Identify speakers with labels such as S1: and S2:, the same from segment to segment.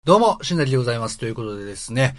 S1: どうも、しんなりでございます。ということでですね、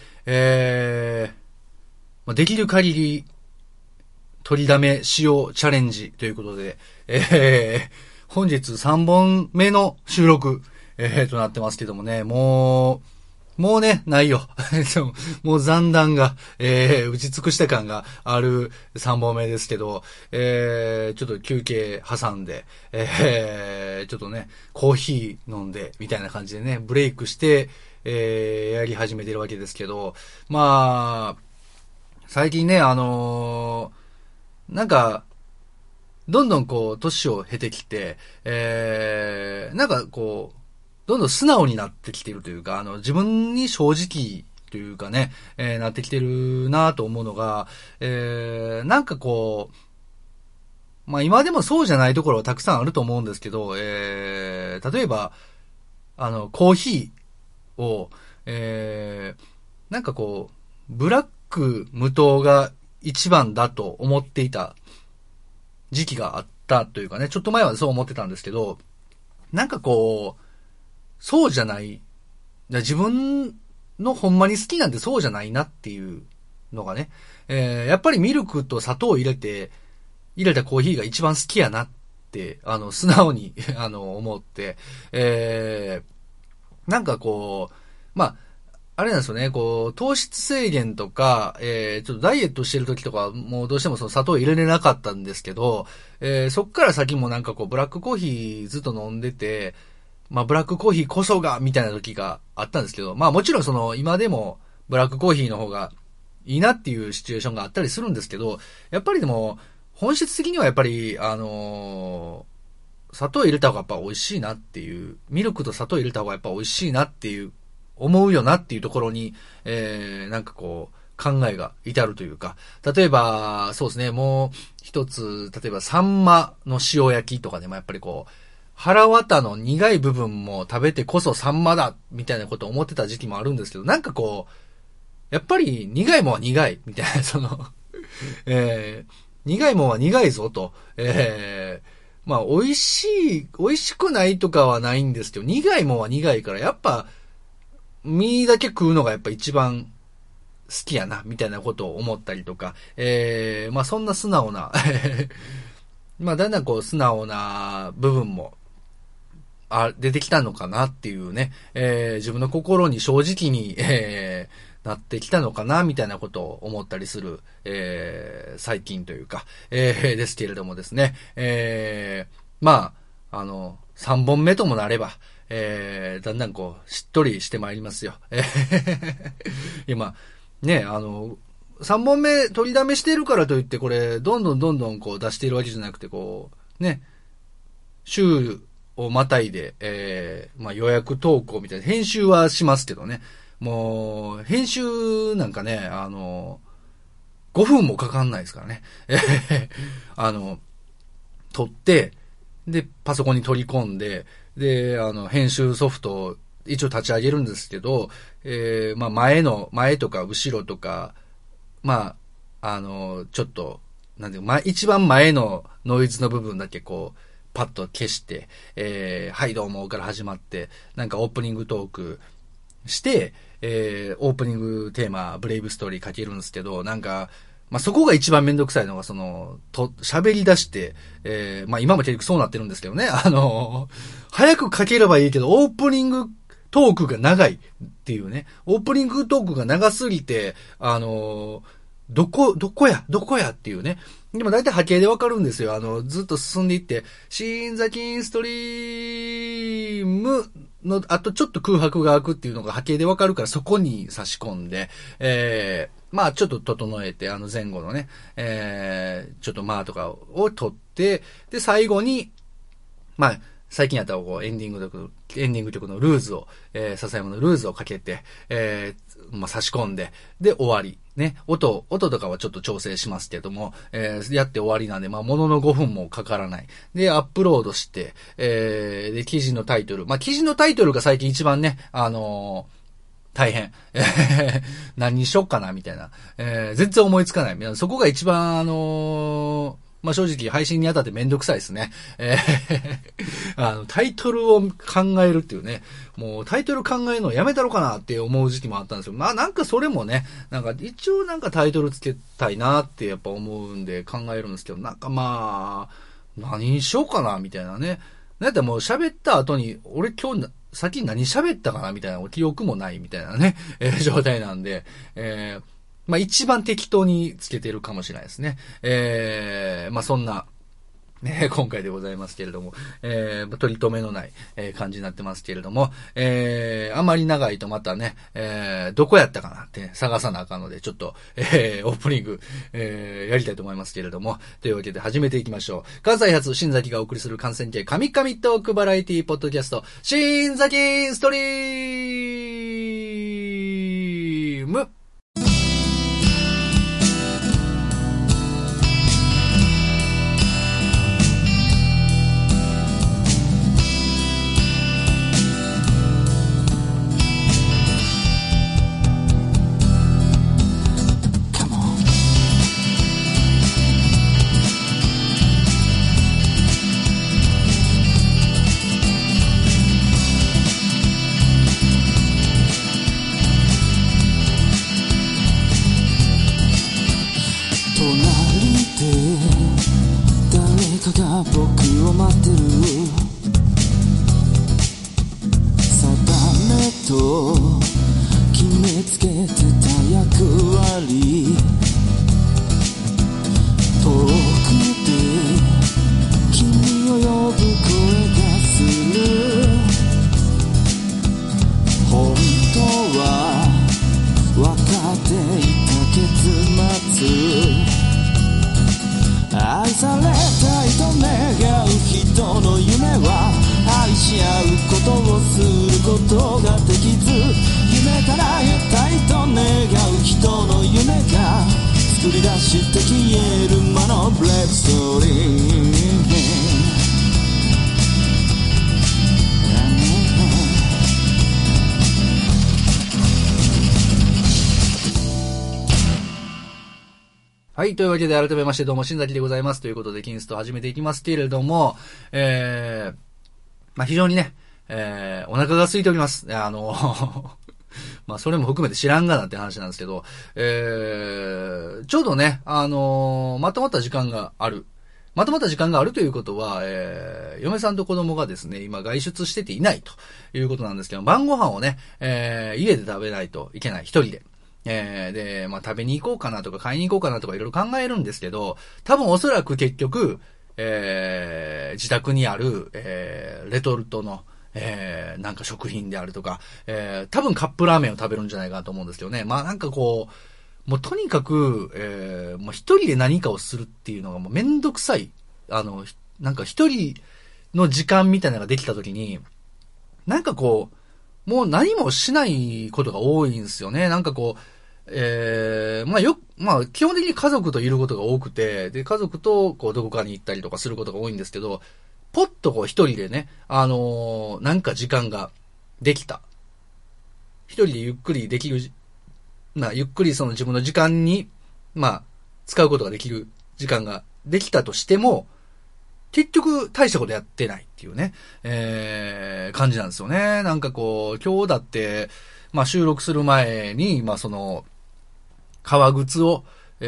S1: できる限り、取りだめしようチャレンジということで、本日3本目の収録、となってますけどもね、もうね、ないよ。もう残弾が、打ち尽くした感がある3本目ですけど、ちょっと休憩挟んで、ちょっとね、コーヒー飲んで、みたいな感じでね、ブレイクして、やり始めてるわけですけど、まあ、最近ね、なんか、どんどんこう、年を経てきて、なんかこう、どんどん素直になってきてるというか、自分に正直というかね、なってきてるなと思うのが、なんかこう、まあ今でもそうじゃないところはたくさんあると思うんですけど、例えば、コーヒーを、なんかこう、ブラック無糖が一番だと思っていた時期があったというかね、ちょっと前はそう思ってたんですけど、なんかこう、そうじゃない、自分のほんまに好きなんてそうじゃないなっていうのがね、やっぱりミルクと砂糖を入れたコーヒーが一番好きやなって、素直に思って、なんかこう、まあ、あれなんですよね、こう、糖質制限とか、ちょっとダイエットしてる時とか、もうどうしてもその砂糖入れれなかったんですけど、そっから先もなんかこう、ブラックコーヒーずっと飲んでて、まあ、ブラックコーヒーこそが、みたいな時があったんですけど、まあもちろんその、今でも、ブラックコーヒーの方がいいなっていうシチュエーションがあったりするんですけど、やっぱりでも、本質的にはやっぱり、砂糖入れた方がやっぱ美味しいなっていう、ミルクと砂糖入れた方がやっぱ美味しいなっていう、思うよなっていうところに、なんかこう、考えが至るというか、例えば、そうですね、もう一つ、例えばサンマの塩焼きとかでもやっぱりこう、腹渡の苦い部分も食べてこそサンマだみたいなことを思ってた時期もあるんですけど、なんかこう、やっぱり苦いもんは苦いみたいな、その苦いもんは苦いぞと、まあ、美味しくないとかはないんですけど、苦いもんは苦いから、やっぱ、身だけ食うのがやっぱ一番好きやな、みたいなことを思ったりとか、まあそんな素直なまあだんだんこう素直な部分も、出てきたのかなっていうね、自分の心に正直に、なってきたのかな、みたいなことを思ったりする、最近というか、ですけれどもですね、まあ、3本目ともなれば、だんだんこう、しっとりしてまいりますよ。今、ね、3本目取りだめしてるからといって、これ、どんどんこう出しているわけじゃなくて、こう、ね、週をまたいで、まあ予約投稿みたいな、編集はしますけどね。もう、編集なんかね、5分もかかんないですからね。撮って、で、パソコンに取り込んで、で、編集ソフトを一応立ち上げるんですけど、まあ前とか後ろとか、まあ、ちょっと、なんていうか、一番前のノイズの部分だけこう、パッと消して、はいどうもから始まって、なんかオープニングトークして、オープニングテーマ、ブレイブストーリーかけるんですけど、なんか、まあ、そこが一番めんどくさいのが、喋り出して、まあ、今も結局そうなってるんですけどね、早く書ければいいけど、オープニングトークが長いっていうね、オープニングトークが長すぎて、どこやっていうね。でも大体波形でわかるんですよ。ずっと進んでいって、シンザキンストリームの、あとちょっと空白が空くっていうのが波形でわかるからそこに差し込んで、まあちょっと整えて、前後のね、ちょっととかを取って、で、最後に、まあ、最近やったらこうエンディング曲のルーズを、笹山のルーズをかけて、まあ、差し込んで、で、終わり。ね。音とかはちょっと調整しますけども、やって終わりなんで、まあ、ものの5分もかからない。で、アップロードして、で、記事のタイトル。まあ、記事のタイトルが最近一番ね、大変。何にしよっかな、みたいな。全然思いつかない。そこが一番、 まあ正直配信にあたってめんどくさいですね。タイトルを考えるっていうね、もうタイトル考えるのやめたろかなって思う時期もあったんですよ。まあなんかそれもね、なんか一応なんかタイトルつけたいなってやっぱ思うんで考えるんですけど、なんかまあ、何にしようかなみたいなね。だってもう喋った後に、俺今日先に何喋ったかなみたいな記憶もないみたいなね、状態なんで、まあ一番適当につけてるかもしれないですね。まあそんな、ね、今回でございますけれども、取り留めのない、感じになってますけれども、あまり長いとまたね、どこやったかなって、ね、探さなあかんので、ちょっと、オープニング、やりたいと思いますけれども、というわけで始めていきましょう。関西発新崎がお送りする感染系神々トークバラエティポッドキャスト、新崎ストリーム。
S2: 僕を待ってる定めと決めつけてた役割遠くで君を呼ぶ声がする本当は分かっていた結末愛されたいと願う人の夢は愛し合うことをすることができず夢叶えたいと願う人の夢が作り出して消える魔のブレッドストーリー
S1: はい。というわけで改めましてどうも新崎でございます。ということでキンスト始めていきますけれども、まあ、非常にね、お腹が空いております。まあ、それも含めて知らんがなって話なんですけど、ちょうどね、まとまった時間がある。まとまった時間があるということは、嫁さんと子供がですね、今外出してていないということなんですけど、晩ご飯をね、家で食べないといけない。一人で。で、まあ、食べに行こうかなとか買いに行こうかなとかいろいろ考えるんですけど、多分おそらく結局、自宅にある、レトルトの、なんか食品であるとか、多分カップラーメンを食べるんじゃないかなと思うんですけどね。まあなんかこう、もうとにかく、もう一人で何かをするっていうのがもうめんどくさい。なんか一人の時間みたいなのができたときに、なんかこう、もう何もしないことが多いんですよね。なんかこう、まあ基本的に家族といることが多くて、で、家族とこうどこかに行ったりとかすることが多いんですけど、ポッとこう一人でね、なんか時間ができた。一人でゆっくりできる、ゆっくりその自分の時間に、まあ、使うことができる時間ができたとしても、結局大したことやってないっていうね、感じなんですよね。なんかこう、今日だって、まあ収録する前に、まあその、革靴を、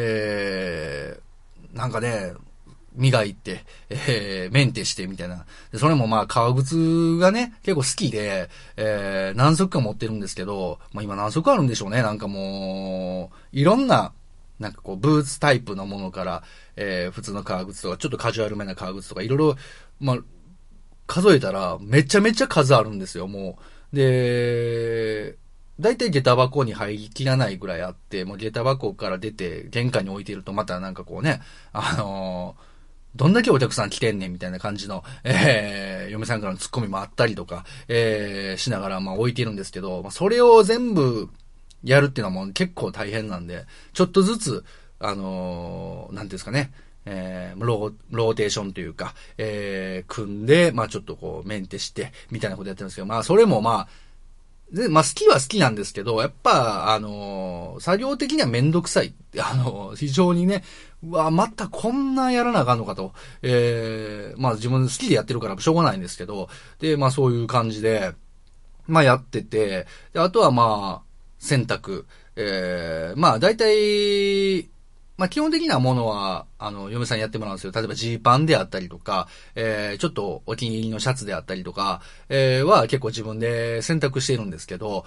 S1: なんかね、磨いて、メンテしてみたいな。でそれもまあ革靴がね、結構好きで、何足か持ってるんですけど、まあ今何足あるんでしょうね。なんかもう、いろんな、なんかこう、ブーツタイプのものから、普通の革靴とか、ちょっとカジュアルめな革靴とか、いろいろ、まあ、数えたら、めちゃめちゃ数あるんですよ、もう。で、だいたい下駄箱に入りきらないぐらいあって、もう下駄箱から出て、玄関に置いてると、またなんかこうね、どんだけお客さん来てんねんみたいな感じの、嫁さんからのツッコミもあったりとか、しながら、まあ置いてるんですけど、まあ、それを全部、やるっていうのはもう結構大変なんで、ちょっとずつ、なんていうんですかね、ローテーションというか、組んで、まあちょっとこうメンテして、みたいなことやってるんですけど、まあそれもまあ、 で、まあ好きは好きなんですけど、やっぱ、作業的にはめんどくさい。非常にね、うわ、またこんなやらなあかんのかと。まあ自分好きでやってるからしょうがないんですけど、で、まあそういう感じで、まあやってて、であとはまあ、洗濯。まあ大体、まあ基本的なものは、嫁さんにやってもらうんですよ。例えばジーパンであったりとか、ちょっとお気に入りのシャツであったりとか、は結構自分で洗濯してるんですけど、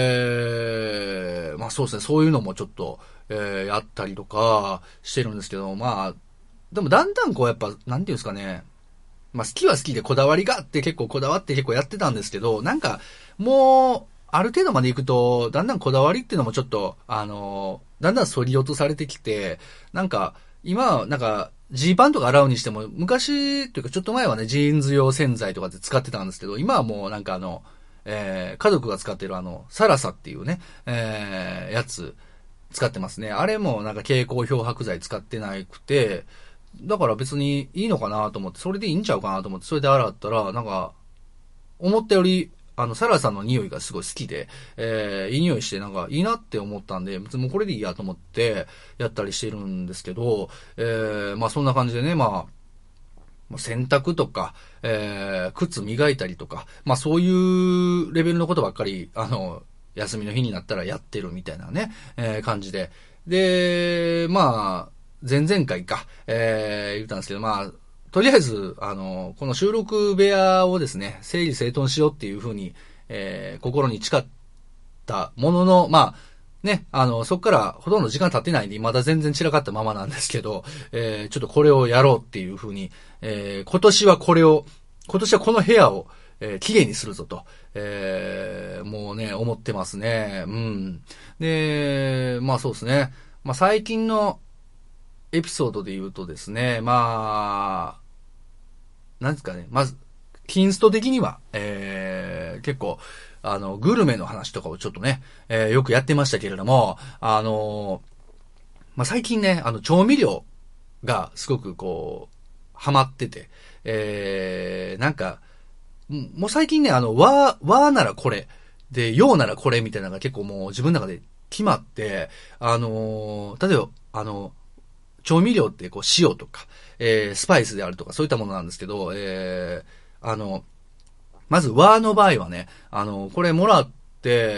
S1: まあそうですね、そういうのもちょっと、やったりとかしてるんですけど、まあ、でもだんだんこうやっぱ、なんていうんですかね、まあ好きは好きでこだわりがあって結構こだわって結構やってたんですけど、なんか、もう、ある程度まで行くと、だんだんこだわりっていうのもちょっと、だんだん反り落とされてきて、なんか、今、なんか、ジーパンとか洗うにしても、昔、というかちょっと前はね、ジーンズ用洗剤とかで使ってたんですけど、今はもうなんか家族が使ってるサラサっていうね、やつ、使ってますね。あれもなんか蛍光漂白剤使ってなくて、だから別にいいのかなと思って、それでいいんちゃうかなと思って、それで洗ったら、なんか、思ったより、サラさんの匂いがすごい好きで、いい匂いしてなんかいいなって思ったんで、別にもうこれでいいやと思ってやったりしてるんですけど、まあそんな感じでね、まあ、洗濯とか、靴磨いたりとか、まあそういうレベルのことばっかり、休みの日になったらやってるみたいなね、感じで。で、まあ、前々回か、言ったんですけど、まあ、とりあえず、この収録部屋をですね、整理整頓しようっていうふうに、心に誓ったものの、まあ、ね、そこからほとんど時間経ってないんで、まだ全然散らかったままなんですけど、ちょっとこれをやろうっていうふうに、今年はこの部屋を、綺麗にするぞと、もうね、思ってますね。うん。で、まあそうですね。まあ最近のエピソードで言うとですね、まあ、なんですかね、まず、キンスト的には、結構、グルメの話とかをちょっとね、よくやってましたけれども、まあ、最近ね、調味料がすごくこう、ハマってて、なんか、もう最近ね、和ならこれ、で、洋ならこれみたいなのが結構もう自分の中で決まって、例えば、調味料ってこう塩とか、スパイスであるとかそういったものなんですけど、まず和の場合はね、これもらって、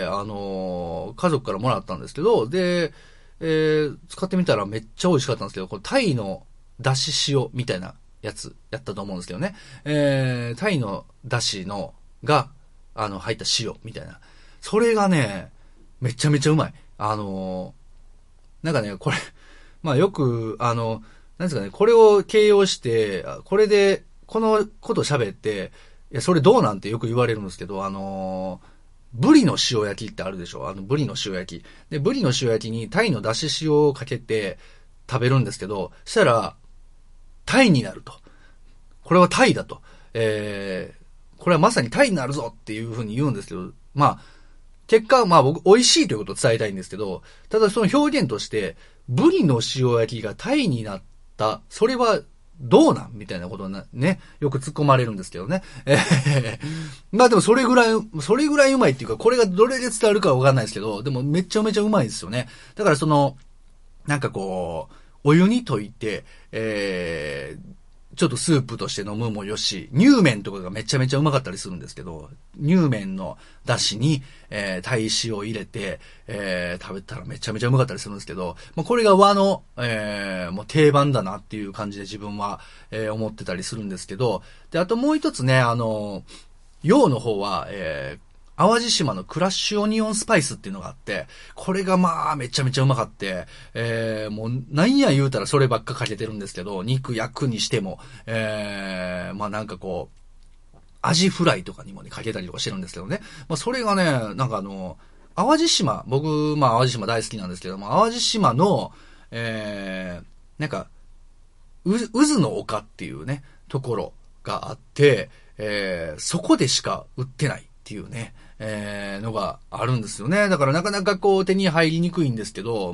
S1: 家族からもらったんですけど、で、使ってみたらめっちゃ美味しかったんですけど、これタイのだし塩みたいなやつやったと思うんですけどね、タイのだしのが、入った塩みたいな。それがね、めちゃめちゃうまい。なんかね、これ、まあよく、なんですかね、これを形容して、これで、このこと喋って、いや、それどうなんてよく言われるんですけど、ブリの塩焼きってあるでしょ、ブリの塩焼き。で、ブリの塩焼きにタイのだし塩をかけて食べるんですけど、したら、タイになると。これはタイだと。これはまさにタイになるぞっていうふうに言うんですけど、まあ、結果、まあ僕、美味しいということを伝えたいんですけど、ただその表現として、ブリの塩焼きがタイになった、それはどうなんみたいなことをね、よく突っ込まれるんですけどね。まあでもそれぐらいうまいっていうか、これがどれで伝わるかはわかんないですけど、でもめちゃめちゃうまいですよね。だからなんかこう、お湯に溶いて、ちょっとスープとして飲むもよし、乳麺とかがめちゃめちゃうまかったりするんですけど、乳麺の出汁に、タイ塩を入れて、食べたらめちゃめちゃうまかったりするんですけど、まあ、これが和の、もう定番だなっていう感じで自分は、思ってたりするんですけど、で、あともう一つね、洋の方は、淡路島のクラッシュオニオンスパイスっていうのがあって、これがまあめちゃめちゃうまかって、もうなんや言うたらそればっかかけてるんですけど、肉焼くにしても、まあなんかこう、アジフライとかにもね、かけたりとかしてるんですけどね。まあそれがね、なんか淡路島、僕、まあ淡路島大好きなんですけども、淡路島の、なんか、渦の丘っていうね、ところがあって、そこでしか売ってないっていうね、のがあるんですよね。だからなかなかこう手に入りにくいんですけど、まあ、行っ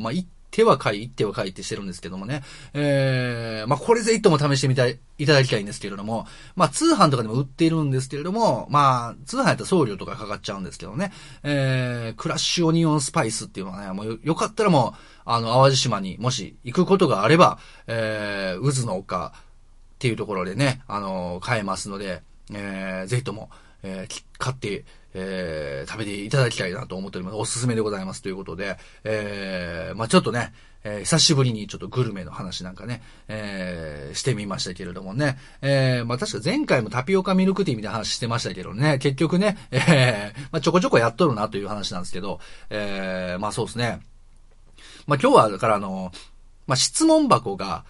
S1: 手は書いてしてるんですけどもね。まあ、これぜひとも試していただきたいんですけれども、まあ、通販とかでも売っているんですけれども、まあ、通販やったら送料とかかかっちゃうんですけどね。クラッシュオニオンスパイスっていうのはね、もうよかったらもう、淡路島にもし行くことがあれば、渦の丘っていうところでね、買えますので、ぜひとも、買って、食べていただきたいなと思っております。おすすめでございますということで、まあちょっとね、久しぶりにちょっとグルメの話なんかね、してみましたけれどもね、まあ確か前回もタピオカミルクティーみたいな話してましたけどね、結局ね、まあちょこちょこやっとるなという話なんですけど、まあそうですね。まあ今日はだからまあ質問箱が、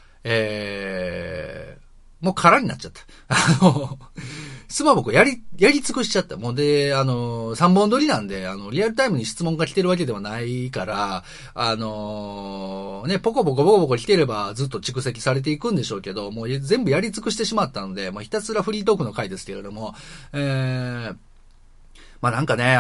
S1: もう空になっちゃった。質問箱やり尽くしちゃった。もうで、3本撮りなんで、リアルタイムに質問が来てるわけではないから、ね、ポコポコ来てればずっと蓄積されていくんでしょうけど、もう全部やり尽くしてしまったので、もうひたすらフリートークの回ですけれども、まあなんかね、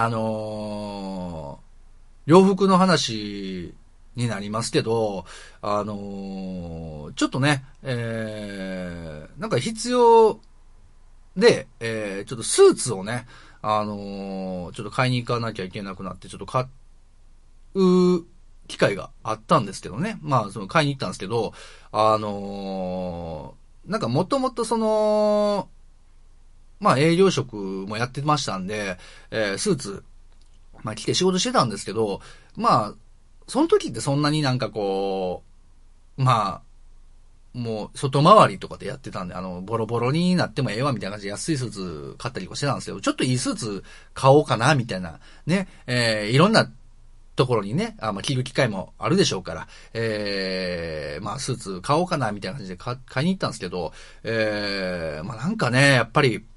S1: 洋服の話になりますけど、ちょっとね、なんか必要で、ちょっとスーツをね、ちょっと買いに行かなきゃいけなくなって、ちょっと買う機会があったんですけどね。まあ、買いに行ったんですけど、なんかもともとまあ営業職もやってましたんで、スーツ、まあ着て仕事してたんですけど、まあ、その時ってそんなになんかこう、まあ、もう、外回りとかでやってたんで、ボロボロになってもええわ、みたいな感じで安いスーツ買ったりとかしてたんですけど、ちょっといいスーツ買おうかな、みたいな、ね、いろんなところにね、まあ、着る機会もあるでしょうから、まあ、スーツ買おうかな、みたいな感じで買いに行ったんですけど、まあ、なんかね、やっぱり、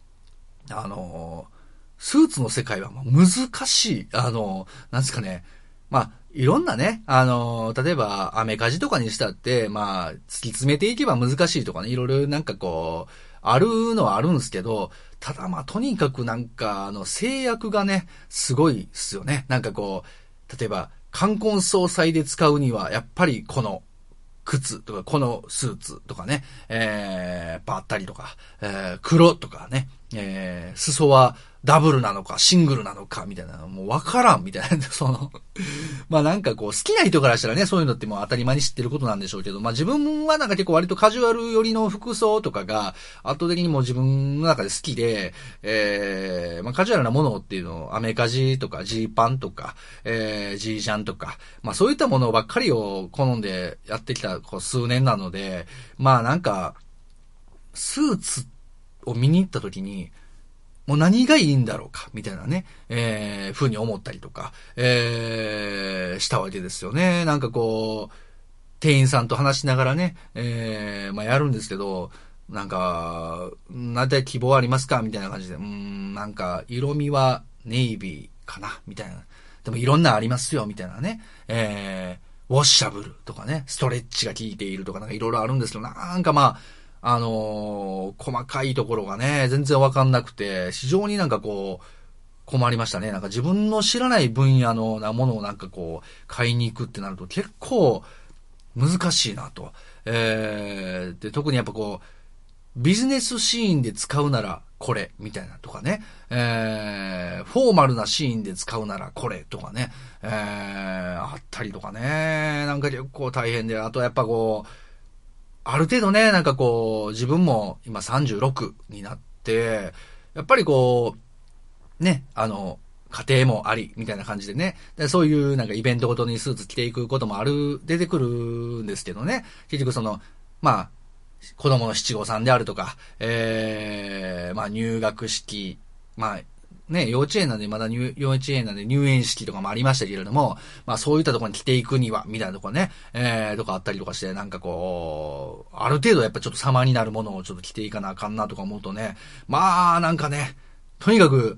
S1: スーツの世界は難しい。なんですかね、まあ、いろんなね、例えば、アメカジとかにしたって、まあ、突き詰めていけば難しいとかね、いろいろなんかこう、あるのはあるんですけど、ただまあ、とにかくなんか、制約がね、すごいっすよね。なんかこう、例えば、冠婚葬祭で使うには、やっぱりこの、靴とか、このスーツとかね、バッタリとか、黒とかね、裾はダブルなのか、シングルなのか、みたいな、もうわからん、みたいな、まあなんかこう、好きな人からしたらね、そういうのってもう当たり前に知ってることなんでしょうけど、まあ自分はなんか結構割とカジュアル寄りの服装とかが、圧倒的にもう自分の中で好きで、まあカジュアルなものっていうのを、アメカジとか、ジーパンとか、ジージャンとか、まあそういったものばっかりを好んでやってきたこう数年なので、まあなんか、スーツを見に行った時に、もう何がいいんだろうか、みたいなね、ふうに思ったりとか、したわけですよね。なんかこう、店員さんと話しながらね、まあやるんですけど、なんか、なんて希望ありますかみたいな感じで、なんか、色味はネイビーかなみたいな。でもいろんなありますよ、みたいなね。ウォッシャブルとかね、ストレッチが効いているとかなんかいろいろあるんですけど、なんかまあ、細かいところがね、全然わかんなくて、非常になんかこう、困りましたね。なんか自分の知らない分野のなものをなんかこう、買いに行くってなると結構難しいなと。で、特にやっぱこう、ビジネスシーンで使うならこれ、みたいなとかね。フォーマルなシーンで使うならこれとかね。あったりとかね。なんか結構大変で、あとやっぱこう、ある程度ね、なんかこう、自分も今36になって、やっぱりこう、ね、家庭もあり、みたいな感じでね。でそういうなんかイベントごとにスーツ着ていくことも出てくるんですけどね。結局まあ、子供の七五三であるとか、まあ入学式、まあ、ね、幼稚園なんでまだ幼稚園なんで入園式とかもありましたけれども、まあそういったところに着ていくには、みたいなところね、とかあったりとかして、なんかこう、ある程度やっぱちょっと様になるものをちょっと着ていかなあかんなとか思うとね、まあなんかね、とにかく、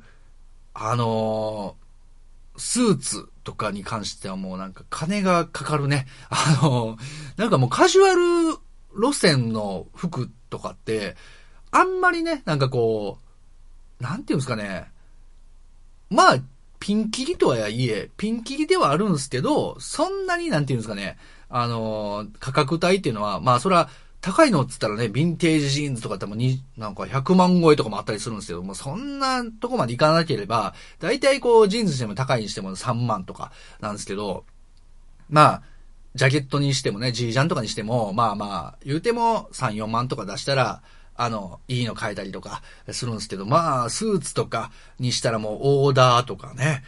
S1: スーツとかに関してはもうなんか金がかかるね。なんかもうカジュアル路線の服とかって、あんまりね、なんかこう、なんていうんですかね、まあ、ピンキリとはいえ、ピンキリではあるんですけど、そんなになんていうんですかね、 価格帯っていうのは、まあそれは高いのっつったらね、ヴィンテージジーンズとかってもなんか100万超えとかもあったりするんですけども、そんなとこまでいかなければ、だいたいこうジーンズにしても高いにしても3万とかなんですけど、まあ、ジャケットにしてもね、G ジャンとかにしても、まあまあ、言うても3、4万とか出したら、いいの変えたりとかするんですけど、まあ、スーツとかにしたらもうオーダーとかね、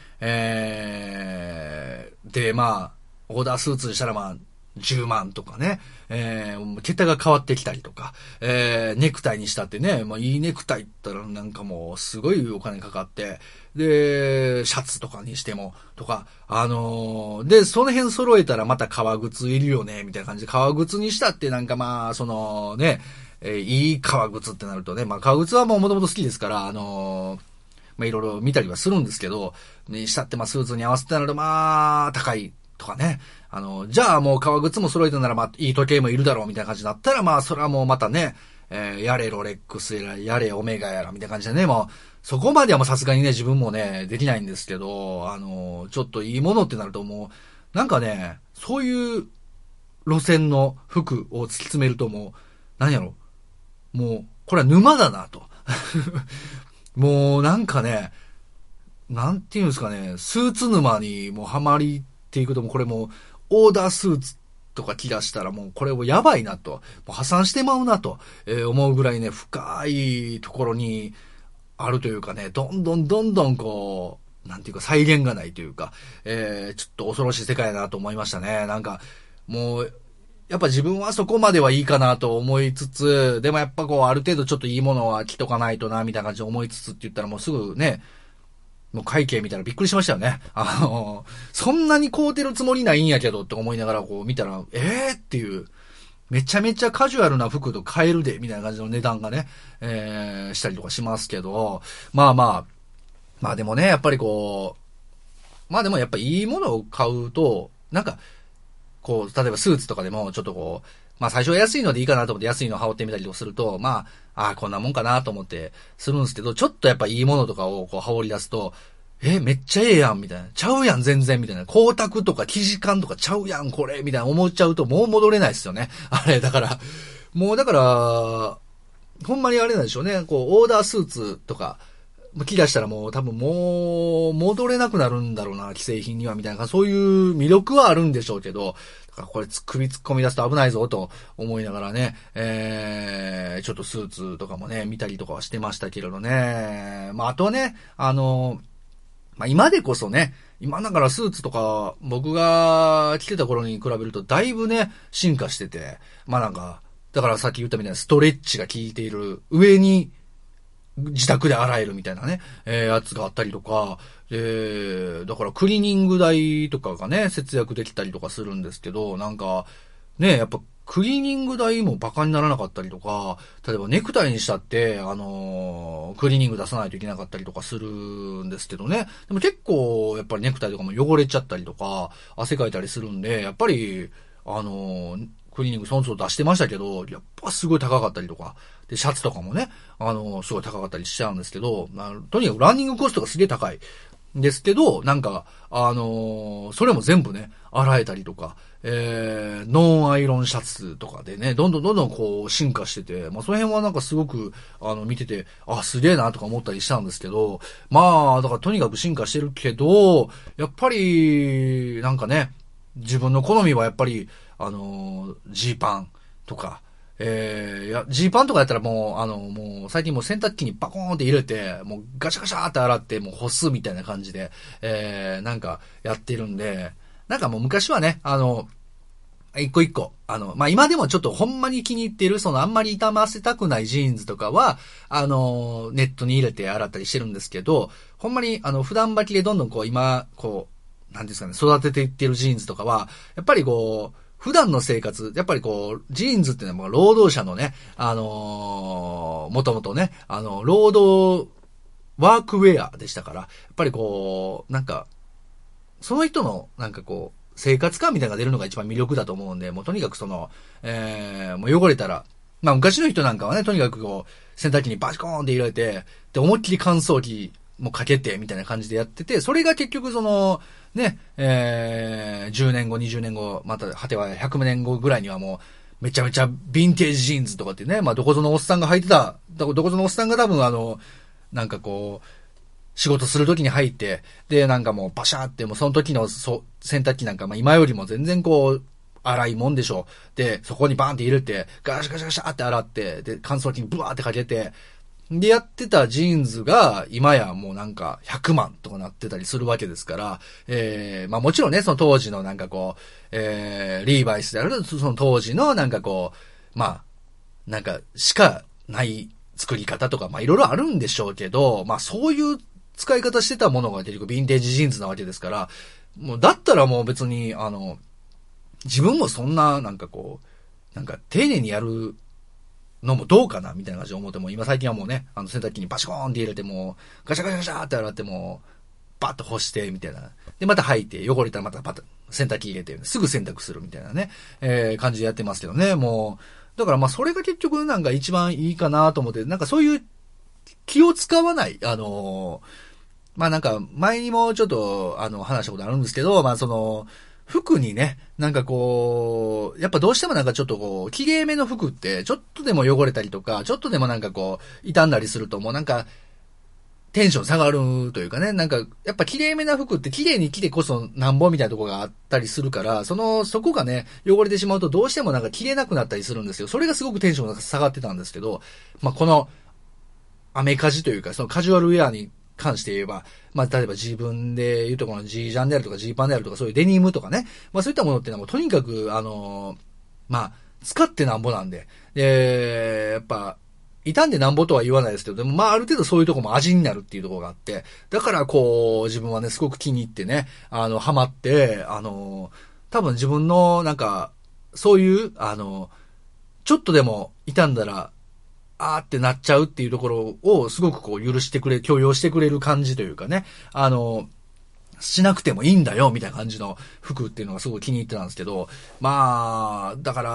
S1: で、まあ、オーダースーツにしたらまあ、10万とかね、桁が変わってきたりとか、ネクタイにしたってね、まあいいネクタイったらなんかもうすごいお金かかって、で、シャツとかにしても、とか、で、その辺揃えたらまた革靴いるよね、みたいな感じで、革靴にしたってなんかまあ、そのね、いい革靴ってなるとね、まあ革靴はもう元々好きですから、まあいろいろ見たりはするんですけど、にしたってまあスーツに合わせてなるとまあ、高いとかね。じゃあもう革靴も揃えてならまあ、いい時計もいるだろうみたいな感じになったらまあ、それはもうまたね、やれロレックスやれオメガやらみたいな感じでね、もう、そこまではもうさすがにね、自分もね、できないんですけど、ちょっといいものってなるともう、なんかね、そういう路線の服を突き詰めるともう、何やろ、もう、これは沼だなと。もうなんかね、なんていうんですかね、スーツ沼にもうハマりっていくともうこれもう、オーダースーツとか着出したらもうこれもやばいなと、もう破産してまうなと、思うぐらいね、深いところにあるというかね、どんどんこう、なんていうか再現がないというか、ちょっと恐ろしい世界だなと思いましたね。なんか、もう、やっぱ自分はそこまではいいかなと思いつつ、でもやっぱこうある程度ちょっといいものは着とかないとな、みたいな感じで思いつつって言ったらもうすぐね、もう会計見たらびっくりしましたよね。そんなに買うてるつもりないんやけどって思いながらこう見たら、っていう、めちゃめちゃカジュアルな服と買えるで、みたいな感じの値段がね、したりとかしますけど、まあでもね、やっぱりこう、まあでもやっぱいいものを買うと、なんか、こう、例えばスーツとかでもちょっとこう、まあ最初は安いのでいいかなと思って安いの羽織ってみたりとかすると、まあ、こんなもんかなと思ってするんですけど、ちょっとやっぱいいものとかをこう羽織り出すと、めっちゃええやん、みたいな。ちゃうやん、全然、みたいな。光沢とか生地感とかちゃうやん、これ、みたいな思っちゃうともう戻れないですよね。あれ、だから、もうだから、ほんまにあれなんでしょうね。こう、オーダースーツとか、着出したらもう多分もう戻れなくなるんだろうな、既製品にはみたいな、そういう魅力はあるんでしょうけど、だからこれ首突っ込み出すと危ないぞと思いながらね、ちょっとスーツとかもね、見たりとかはしてましたけれどね。まあ、あとはね、まあ、今でこそね、今だからスーツとか僕が着てた頃に比べるとだいぶね、進化してて、まあなんか、だからさっき言ったみたいなストレッチが効いている上に、自宅で洗えるみたいなね、やつがあったりとか、だからクリーニング代とかがね、節約できたりとかするんですけど、なんか、ね、やっぱクリーニング代もバカにならなかったりとか、例えばネクタイにしたって、クリーニング出さないといけなかったりとかするんですけどね。でも結構、やっぱりネクタイとかも汚れちゃったりとか、汗かいたりするんで、やっぱり、クリーニングその都度出してましたけど、やっぱすごい高かったりとか、で、シャツとかもね、すごい高かったりしちゃうんですけど、とにかくランニングコストがすげえ高い。ですけど、なんか、それも全部ね、洗えたりとか、ノンアイロンシャツとかでね、どんどんこう進化してて、まあその辺はなんかすごく、見てて、すげえなとか思ったりしたんですけど、まあ、だからとにかく進化してるけど、やっぱり、なんかね、自分の好みはやっぱり、ジーパンとか、ジーパンとかやったらもう、もう、最近もう洗濯機にバコーンって入れて、もうガシャガシャーって洗って、もう干すみたいな感じで、なんかやってるんで、なんかもう昔はね、一個一個、まあ、今でもちょっとほんまに気に入ってる、あんまり傷ませたくないジーンズとかは、ネットに入れて洗ったりしてるんですけど、ほんまに、普段履きでどんどんこう、今、こう、なんですかね、育てていってるジーンズとかは、やっぱりこう、普段の生活、やっぱりこう、ジーンズっていうのは労働者のね、もともとね、労働、ワークウェアでしたから、やっぱりこう、なんか、その人の、なんかこう、生活感みたいなのが出るのが一番魅力だと思うんで、もうとにかくもう汚れたら、まあ昔の人なんかはね、とにかくこう、洗濯機にバシコーンって入れて、で、思いっきり乾燥機もうかけてみたいな感じでやってて、それが結局その、ね、10年後、20年後、また、果ては100年後ぐらいにはもう、めちゃめちゃヴィンテージジーンズとかってね、まあどこぞのおっさんが履いてた、どこぞのおっさんが多分なんかこう、仕事するときに履いて、で、なんかもうバシャーってもうその時の洗濯機なんかまあ今よりも全然こう、洗いもんでしょう。で、そこにバーンって入れて、ガシャガシャガシャって洗って、で、乾燥機にブワーってかけて、で、やってたジーンズが、今やもうなんか100万とかなってたりするわけですから、まあもちろんね、その当時のなんかこう、リーバイスであると、その当時のなんかこう、まあ、なんかしかない作り方とか、まあいろいろあるんでしょうけど、まあそういう使い方してたものが結局ヴィンテージジーンズなわけですから、もうだったらもう別に、自分もそんななんかこう、なんか丁寧にやるのもどうかなみたいな感じで思っても、今最近はもうね、洗濯機にバシコーンって入れても、ガシャガシャガシャって洗っても、バッと干して、みたいな。で、また履いて、汚れたらまたパッと洗濯機入れて、すぐ洗濯するみたいなね、感じでやってますけどね、もう。だからまあそれが結局なんか一番いいかなと思って、なんかそういう気を使わない、まあなんか前にもちょっと話したことあるんですけど、まあその、服にね、なんかこう、やっぱどうしてもなんかちょっとこう、綺麗めの服って、ちょっとでも汚れたりとか、ちょっとでもなんかこう、傷んだりするともうなんか、テンション下がるというかね、なんか、やっぱ綺麗めな服って綺麗に着てこそなんぼみたいなところがあったりするから、そこがね、汚れてしまうとどうしてもなんか着れなくなったりするんですよ。それがすごくテンションが下がってたんですけど、まあこの、アメカジというか、そのカジュアルウェアに関して言えば、まあ、例えば自分で言うとこの G ジャンであるとか G パンであるとかそういうデニムとかね。まあそういったものっていうのはもうとにかく、まあ、使ってなんぼなんで。で、やっぱ、傷んでなんぼとは言わないですけど、でもまあある程度そういうところも味になるっていうところがあって、だからこう、自分はね、すごく気に入ってね、ハマって、多分自分のなんか、そういう、ちょっとでも傷んだら、あーってなっちゃうっていうところをすごくこう許容してくれる感じというかね、しなくてもいいんだよみたいな感じの服っていうのがすごい気に入ってたんですけど、まあ、だから、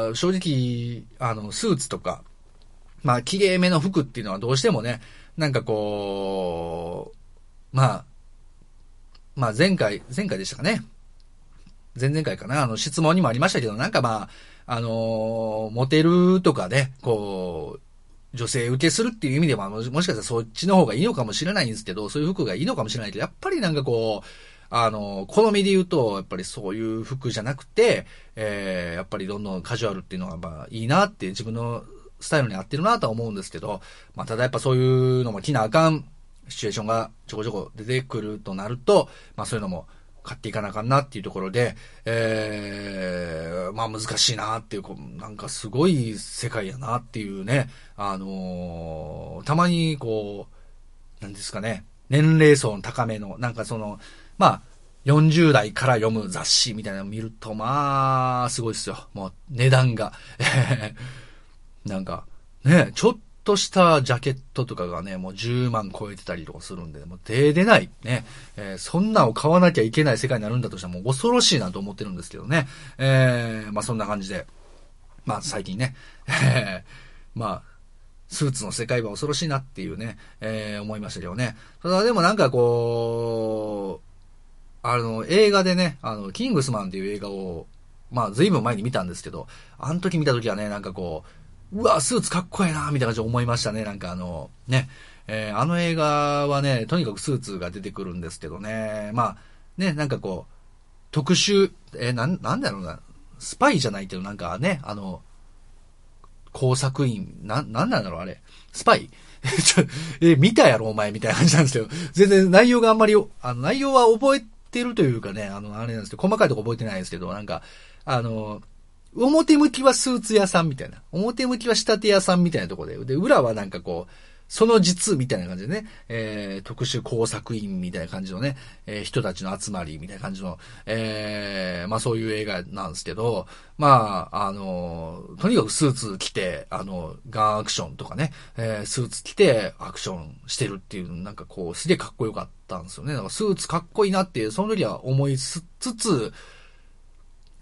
S1: 正直、スーツとか、まあ、綺麗めの服っていうのはどうしてもね、なんかこう、まあ前回でしたかね。前々回かな、質問にもありましたけど、なんかまあ、モテるとかね、こう、女性受けするっていう意味では、もしかしたらそっちの方がいいのかもしれないんですけど、そういう服がいいのかもしれないけど、やっぱりなんかこう、好みで言うと、やっぱりそういう服じゃなくて、やっぱりどんどんカジュアルっていうのがまあいいなって自分のスタイルに合ってるなとは思うんですけど、まあただやっぱそういうのも着なあかんシチュエーションがちょこちょこ出てくるとなると、まあそういうのも買っていかなあかんなっていうところで、まあ難しいなっていう、なんかすごい世界やなっていうね、たまにこう、なんですかね、年齢層の高めの、なんかその、まあ、40代から読む雑誌みたいなのを見ると、まあ、すごいですよ。もう値段が。なんか、ね、ちょっとしたジャケットとかがね、もう10万超えてたりとかするんで、もう手出ない。ね。そんなんを買わなきゃいけない世界になるんだとしたらもう恐ろしいなと思ってるんですけどね。まあそんな感じで、まあ最近ね、まあ、スーツの世界は恐ろしいなっていうね、思いましたけどね。ただでもなんかこう、映画でね、キングスマンっていう映画を、まあ随分前に見たんですけど、あの時見た時はね、なんかこう、うわ、スーツかっこええな、みたいな感じで思いましたね。なんかね、あの映画はね、とにかくスーツが出てくるんですけどね、まあ、ね、なんかこう、特殊、なんだろうな、スパイじゃないけど、なんかね、工作員、なんだろう、あれ。スパイ見たやろ、お前、みたいな感じなんですけど、全然内容があんまり、内容は覚えてるというかね、あれなんですけど、細かいとこ覚えてないですけど、なんか、表向きはスーツ屋さんみたいな。表向きは仕立て屋さんみたいなところで。で、裏はなんかこう、その実みたいな感じでね、特殊工作員みたいな感じのね、人たちの集まりみたいな感じの、まあそういう映画なんですけど、まあ、とにかくスーツ着て、ガンアクションとかね、スーツ着てアクションしてるっていう、なんかこう、すげえかっこよかったんですよね。だからスーツかっこいいなっていう、その時は思いつつ、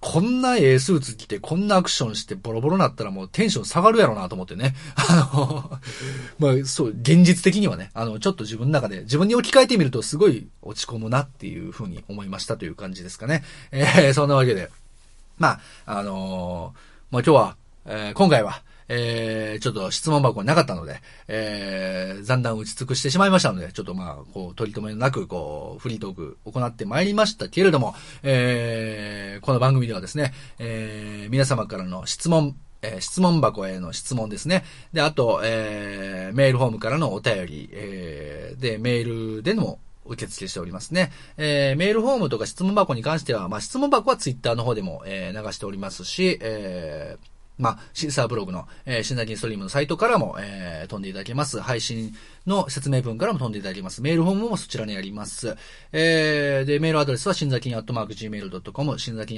S1: こんなスーツ着て、こんなアクションしてボロボロになったらもうテンション下がるやろなと思ってね。まあそう、現実的にはね、ちょっと自分の中で、自分に置き換えてみるとすごい落ち込むなっていうふうに思いましたという感じですかね。そんなわけで。まあ、今日は、今回は、ちょっと質問箱なかったので、残弾打ち尽くしてしまいましたので、ちょっとまあ、こう、取り留めなく、こう、フリートーク行ってまいりましたけれども、この番組ではですね、皆様からの質問箱への質問ですね。で、あと、メールフォームからのお便り、で、メールでの受付しておりますね。メールフォームとか質問箱に関しては、まあ、質問箱はツイッターの方でも、流しておりますし、まあ、シーサーブログの、新崎ストリームのサイトからも、飛んでいただけます。配信の説明文からも飛んでいただけます。メールフォームもそちらにあります。で、メールアドレスは新崎に@gmail.com、新崎に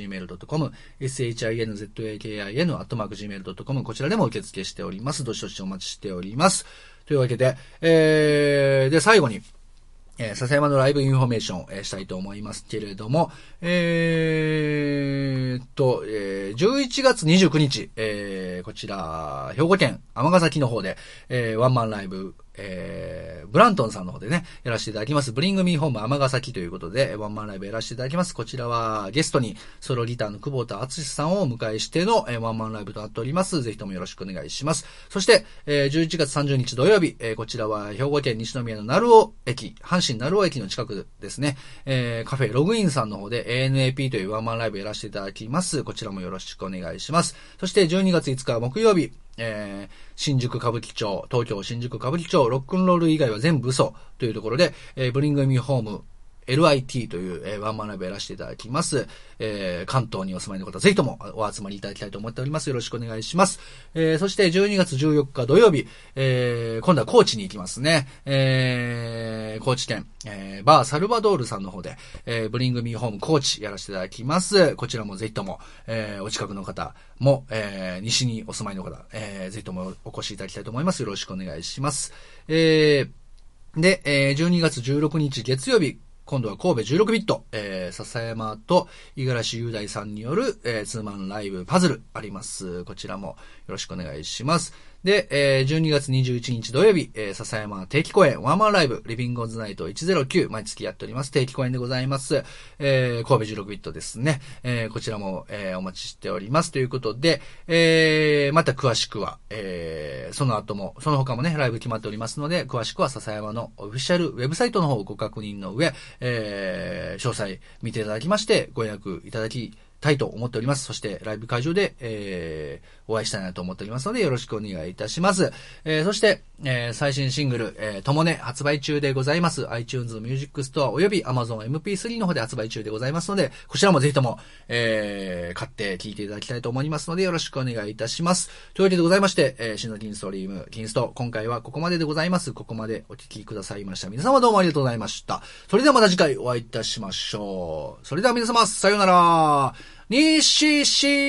S1: @gmail.com、shinzakin@gmail.com、こちらでも受付しております。どしどしお待ちしております。というわけで、で、最後に、笹山のライブインフォメーション、したいと思いますけれども、11月29日、こちら、兵庫県尼崎の方で、ワンマンライブ、ブラントンさんの方でね、やらせていただきます。ブリングミーホーム尼崎ということで、ワンマンライブやらせていただきます。こちらはゲストにソロギターの久保田敦さんをお迎えしての、ワンマンライブとなっております。ぜひともよろしくお願いします。そして、11月30日土曜日、こちらは兵庫県西宮の鳴尾駅、阪神鳴尾駅の近くですね、カフェログインさんの方で ANAP というワンマンライブやらせていただきます。こちらもよろしくお願いします。そして12月5日木曜日、新宿歌舞伎町、東京新宿歌舞伎町、ロックンロール以外は全部嘘というところで、ブリングミーホーム、LIT という、ワンマンライブやらせていただきます。関東にお住まいの方、ぜひともお集まりいただきたいと思っております。よろしくお願いします。そして12月14日土曜日、今度は高知に行きますね。高知県、バーサルバドールさんの方で、ブリングミーホーム高知やらせていただきます。こちらもぜひとも、お近くの方も、西にお住まいの方、ぜひともお越しいただきたいと思います。よろしくお願いします。で、12月16日月曜日、今度は神戸16ビット、笹山と五十嵐雄大さんによる、ツーマンライブパズルあります。こちらもよろしくお願いします。で、12月21日土曜日、笹山定期公演ワンマンライブリビングオンズナイト109毎月やっております。定期公演でございます。神戸16ビットですね。こちらも、お待ちしておりますということで、また詳しくは、その後もその他もねライブ決まっておりますので、詳しくは笹山のオフィシャルウェブサイトの方をご確認の上、詳細見ていただきましてご予約いただきたいと思っております。そしてライブ会場で、お会いしたいなと思っておりますのでよろしくお願いいたします。そして、最新シングル、ともね発売中でございます。iTunes Music Store および Amazon MP3 の方で発売中でございますので、こちらもぜひとも、買って聴いていただきたいと思いますのでよろしくお願いいたします。というわけでございまして、新のキンストリームキンスト今回はここまででございます。ここまでお聞きくださいました皆様どうもありがとうございました。それではまた次回お会いいたしましょう。それでは皆様さようなら。西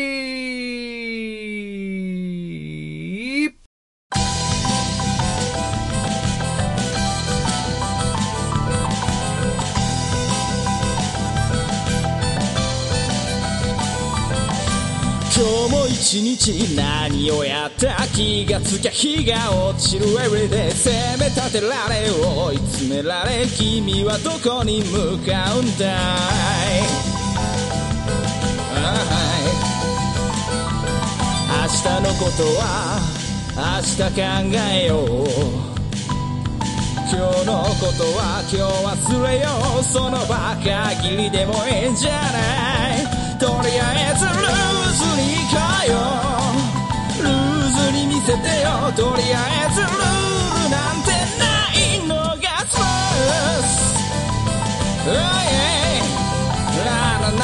S2: 今日も一日何をやった気がつきゃ日が落ちる Everyday 責め立てられ追い詰められ君はどこに向かうんだい明日のことは明日考えよう今日のことは今日忘れようその場限りでもいいんじゃないとりあえずルーズに行こうよルーズに見せてよとりあえずルールなんてないのがスポーツ Oh yeah ララララララ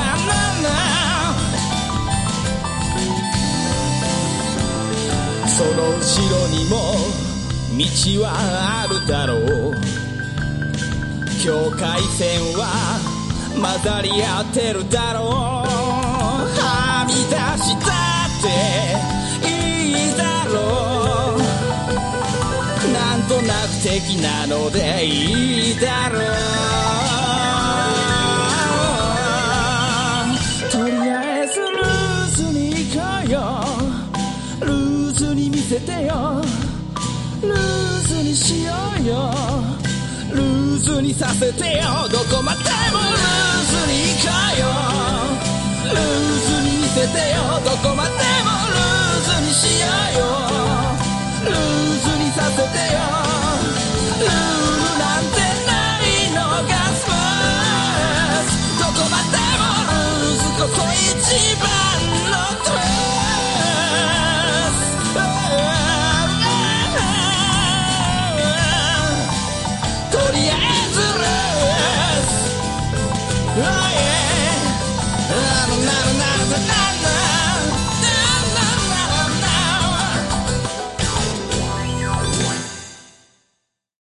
S2: その後ろにも道はあるだろう境界線は混ざり合ってるだろうはみ出したっていいだろうなんとなく的なのでいいだろうとりにさせてよ、どこまでもルーズに行こうよ、ルーズに見せてよ、どこまでもルーズにしようよ、ルーズにさせてよ。